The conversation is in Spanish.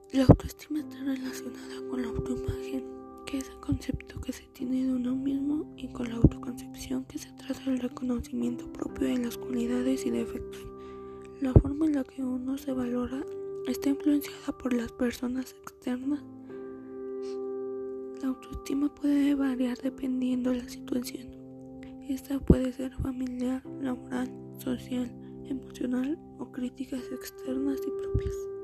La autoestima está relacionada con la autoimagen, que es el concepto que se tiene de uno mismo, y con la autoconcepción, que se trata del reconocimiento propio de las cualidades y defectos. La forma en la que uno se valora está influenciada por las personas externas. La autoestima puede variar dependiendo de la situación. Esta puede ser familiar, laboral, social, emocional o críticas externas y propias.